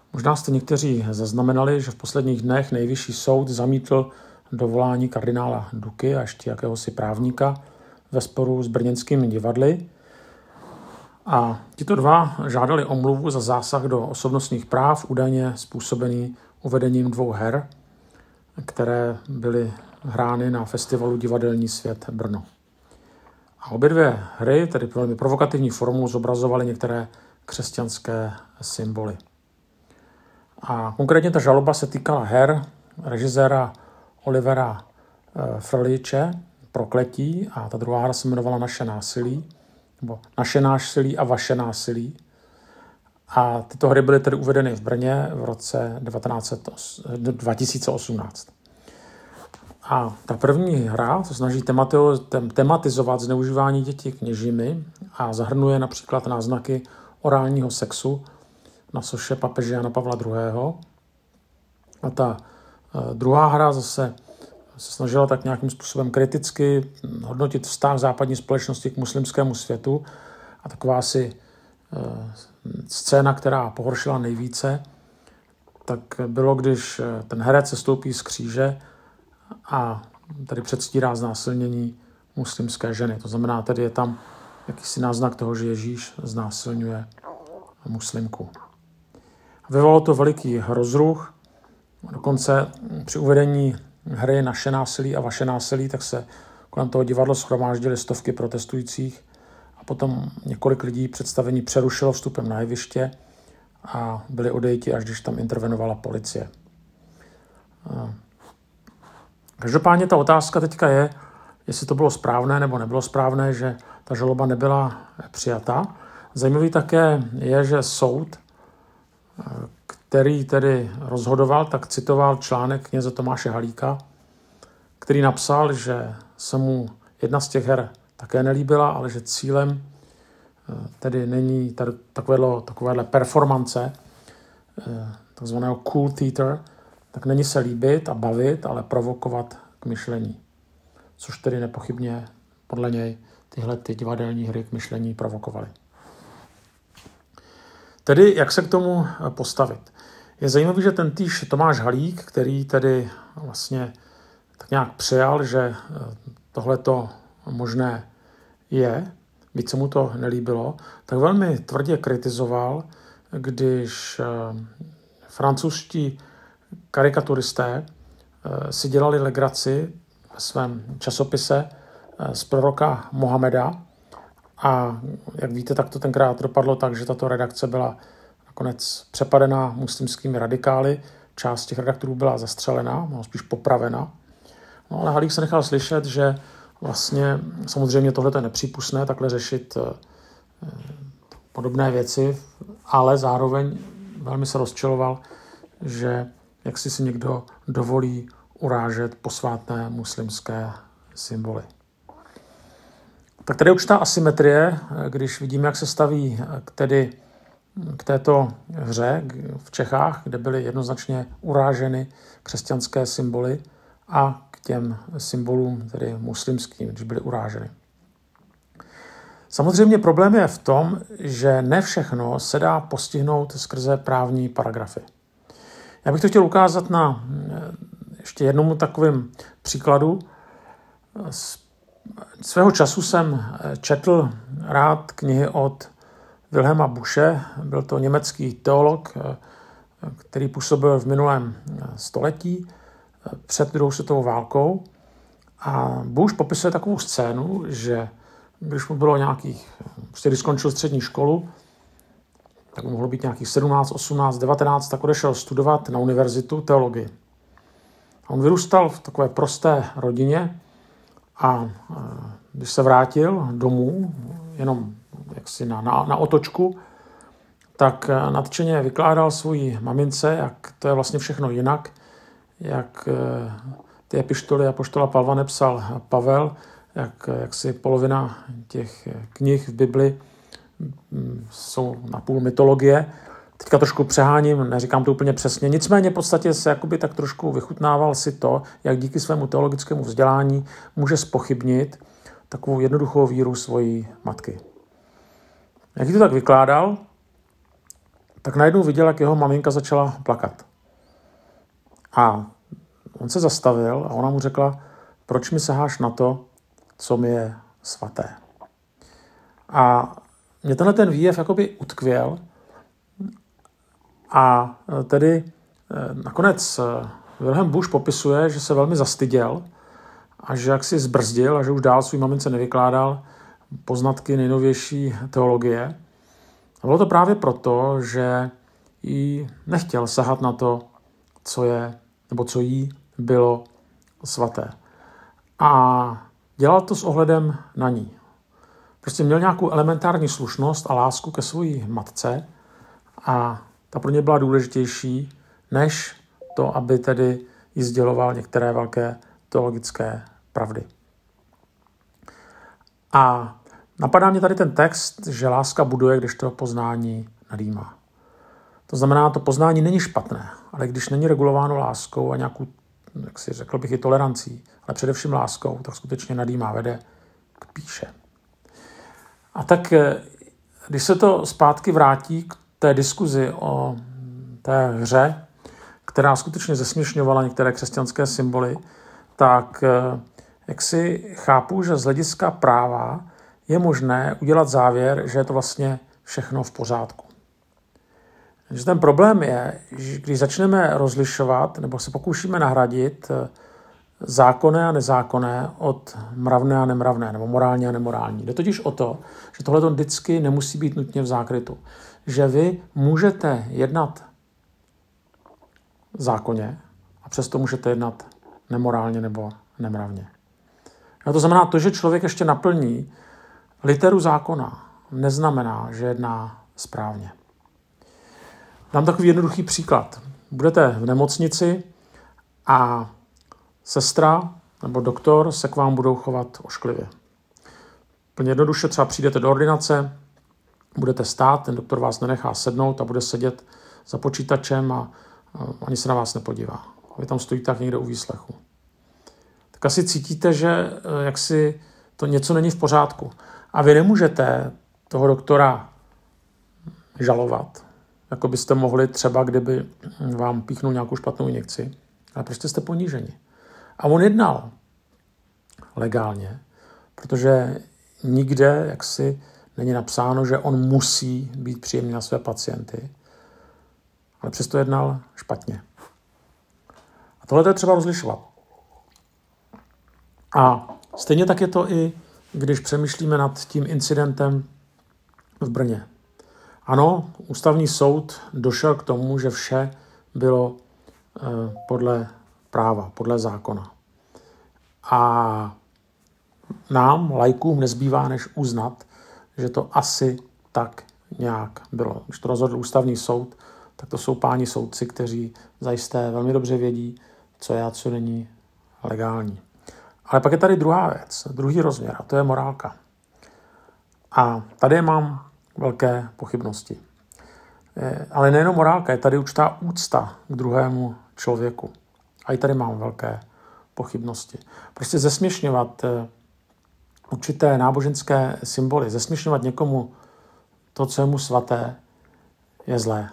Možná jste někteří zaznamenali, že v posledních dnech Nejvyšší soud zamítl dovolání kardinála Duky a ještě jakéhosi právníka ve sporu s brněnskými divadly. A tito dva žádali omluvu za zásah do osobnostních práv, údajně způsobený uvedením 2 her, které byly hrány na festivalu Divadelní svět Brno. A obě 2 hry, tedy velmi provokativní formou, zobrazovaly některé křesťanské symboly. A konkrétně ta žaloba se týkala her režiséra Olivera Frljiče Prokletí a ta druhá hra se jmenovala Naše násilí, nebo Naše násilí a vaše násilí. A tyto hry byly tedy uvedeny v Brně v roce 2018. A ta první hra se snaží tematizovat zneužívání dětí kněžími a zahrnuje například náznaky orálního sexu na soše papeže Jana Pavla II. A ta druhá hra zase se snažila tak nějakým způsobem kriticky hodnotit vztah západní společnosti k muslimskému světu a taková asi scéna, která pohoršila nejvíce, tak bylo, když ten herec se stoupí z kříže a tady předstírá znásilnění muslimské ženy. To znamená, tady je tam jakýsi náznak toho, že Ježíš znásilňuje muslimku. Vyvolalo to veliký rozruch. Dokonce při uvedení hry Naše násilí a vaše násilí, tak se kolem toho divadla shromáždily stovky protestujících a potom několik lidí představení přerušilo vstupem na jeviště a byli odejiti, až když tam intervenovala policie. Každopádně ta otázka teďka je, jestli to bylo správné nebo nebylo správné, že ta žaloba nebyla přijata. Zajímavý také je, že soud, který tedy rozhodoval, tak citoval článek kněze Tomáše Halíka, který napsal, že se mu jedna z těch her také nelíbila, ale že cílem tedy není takovéhle performance, takzvaného cool theater, tak není se líbit a bavit, ale provokovat k myšlení. Což tedy nepochybně podle něj tyhle divadelní hry k myšlení provokovaly. Tedy jak se k tomu postavit? Je zajímavé, že ten týž Tomáš Halík, který tedy vlastně tak nějak přijal, že tohleto možné je, byť se mu to nelíbilo, tak velmi tvrdě kritizoval, když francouzští karikaturisté si dělali legraci ve svém časopise z proroka Mohameda. A jak víte, tak to tenkrát dopadlo tak, že tato redakce byla nakonec přepadená muslimskými radikály. Část těch redaktorů byla zastřelena, no, spíš popravena. No, ale Halík se nechal slyšet, že vlastně samozřejmě tohle je nepřípustné, takhle řešit podobné věci, ale zároveň velmi se rozčiloval, že jak si někdo dovolí urážet posvátné muslimské symboly. Tak tady je určitá asymetrie, když vidíme, jak se staví k této hře v Čechách, kde byly jednoznačně uráženy křesťanské symboly a k těm symbolům, tedy muslimským, když byly uráženy. Samozřejmě problém je v tom, že ne všechno se dá postihnout skrze právní paragrafy. Já bych to chtěl ukázat na ještě jednomu takovým příkladu. Svého času jsem četl rád knihy od Wilhelma Busche. Byl to německý teolog, který působil v minulém století před druhou světovou válkou. A Busch popisuje takovou scénu, že když mu bylo když skončil střední školu, tak mu mohlo být nějakých 17, 18, 19, tak odešel studovat na univerzitu teologii. A on vyrůstal v takové prosté rodině a když se vrátil domů, jenom jaksi na otočku, tak nadšeně vykládal svojí mamince, jak to je vlastně všechno jinak, jak ty epištoly apoštola Pavla nepsal Pavel, jak si polovina těch knih v Bibli jsou napůl mytologie. Teďka trošku přeháním, neříkám to úplně přesně. Nicméně v podstatě se jakoby tak trošku vychutnával si to, jak díky svému teologickému vzdělání může zpochybnit takovou jednoduchou víru svojí matky. Jak to tak vykládal, tak najednou viděl, jak jeho maminka začala plakat. A on se zastavil a ona mu řekla, proč mi saháš na to, co mi je svaté. A mě tenhle ten výjev jakoby utkvěl a tedy nakonec Wilhelm Busch popisuje, že se velmi zastyděl a že jaksi zbrzdil a že už dál svý mamince nevykládal poznatky nejnovější teologie. A bylo to právě proto, že jí nechtěl sahat na to, co jí bylo svaté. A dělal to s ohledem na ní. Prostě měl nějakou elementární slušnost a lásku ke své matce a ta pro ně byla důležitější, než to, aby tedy jí sděloval některé velké teologické pravdy. A napadá mě tady ten text, že láska buduje, když to poznání nadýmá. To znamená, to poznání není špatné, ale když není regulováno láskou a nějakou, jak si řekl bych, i tolerancí, ale především láskou, tak skutečně nadýmá, vede k píše. A tak, když se to zpátky vrátí k té diskuzi o té hře, která skutečně zesměšňovala některé křesťanské symboly, tak jak si chápu, že z hlediska práva je možné udělat závěr, že je to vlastně všechno v pořádku. Že ten problém je, že když začneme rozlišovat nebo se pokoušíme nahradit zákonné a nezákonné od mravné a nemravné, nebo morální a nemorální. Jde totiž o to, že tohle vždycky nemusí být nutně v zákrytu. Že vy můžete jednat zákonně a přesto můžete jednat nemorálně nebo nemravně. A to znamená, to, že člověk ještě naplní literu zákona, neznamená, že jedná správně. Dám takový jednoduchý příklad. Budete v nemocnici a sestra nebo doktor se k vám budou chovat ošklivě. Plně jednoduše třeba přijdete do ordinace, budete stát, ten doktor vás nenechá sednout a bude sedět za počítačem a ani se na vás nepodívá. Vy tam stojíte tak někde u výslechu. Tak asi cítíte, že jaksi to něco není v pořádku. A vy nemůžete toho doktora žalovat, jako byste mohli třeba, kdyby vám píchnul nějakou špatnou injekci, ale prostě jste poníženi. A on jednal legálně, protože nikde jaksi není napsáno, že on musí být příjemný na své pacienty, ale přesto jednal špatně. A tohle je třeba rozlišovat. A stejně tak je to i, když přemýšlíme nad tím incidentem v Brně. Ano, ústavní soud došel k tomu, že vše bylo podle práva, podle zákona. A nám, laikům, nezbývá než uznat, že to asi tak nějak bylo. Když to rozhodl ústavní soud, tak to jsou páni soudci, kteří zajisté velmi dobře vědí, co je a co není legální. Ale pak je tady druhá věc, druhý rozměr, a to je morálka. A tady mám velké pochybnosti. Ale nejenom morálka, je tady určitá úcta k druhému člověku. A i tady mám velké pochybnosti. Prostě zesměšňovat určité náboženské symboly, zesměšňovat někomu to, co je mu svaté, je zlé.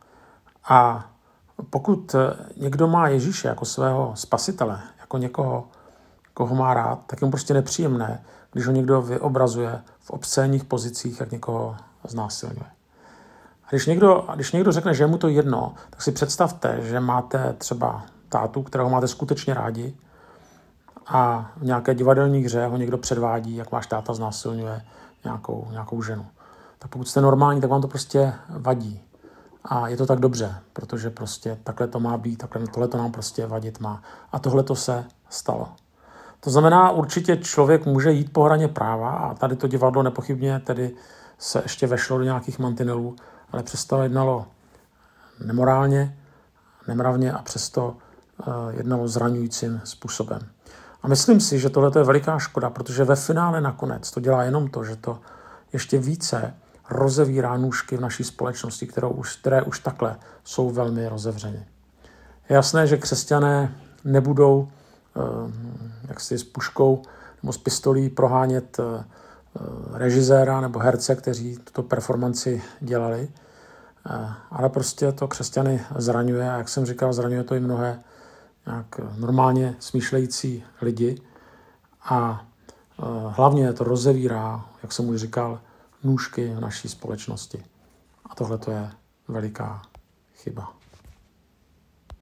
A pokud někdo má Ježíše jako svého spasitele, jako někoho, koho má rád, tak je mu prostě nepříjemné, když ho někdo vyobrazuje v obscénních pozicích, jak někoho znásilňuje. A když někdo řekne, že je mu to jedno, tak si představte, že máte třeba tátu, kterého máte skutečně rádi a v nějaké divadelní hře ho někdo předvádí, jak váš táta znásilňuje nějakou ženu. Tak pokud jste normální, tak vám to prostě vadí. A je to tak dobře, protože prostě takhle to má být, tohle to nám prostě vadit má. A tohle to se stalo. To znamená, určitě člověk může jít po hraně práva a tady to divadlo nepochybně tedy se ještě vešlo do nějakých mantinelů, ale přesto jednalo nemorálně, nemravně a přesto jednalo zraňujícím způsobem. A myslím si, že tohle je veliká škoda, protože ve finále nakonec to dělá jenom to, že to ještě více rozevírá nůžky v naší společnosti, které už takhle jsou velmi rozevřeny. Je jasné, že křesťané nebudou jaksi s puškou nebo s pistolí prohánět režiséra nebo herce, kteří tuto performanci dělali. ale prostě to křesťany zraňuje a jak jsem říkal, zraňuje to i mnohé nějak normálně smýšlející lidi a hlavně to rozevírá, jak jsem už říkal, nůžky v naší společnosti. A tohle to je veliká chyba.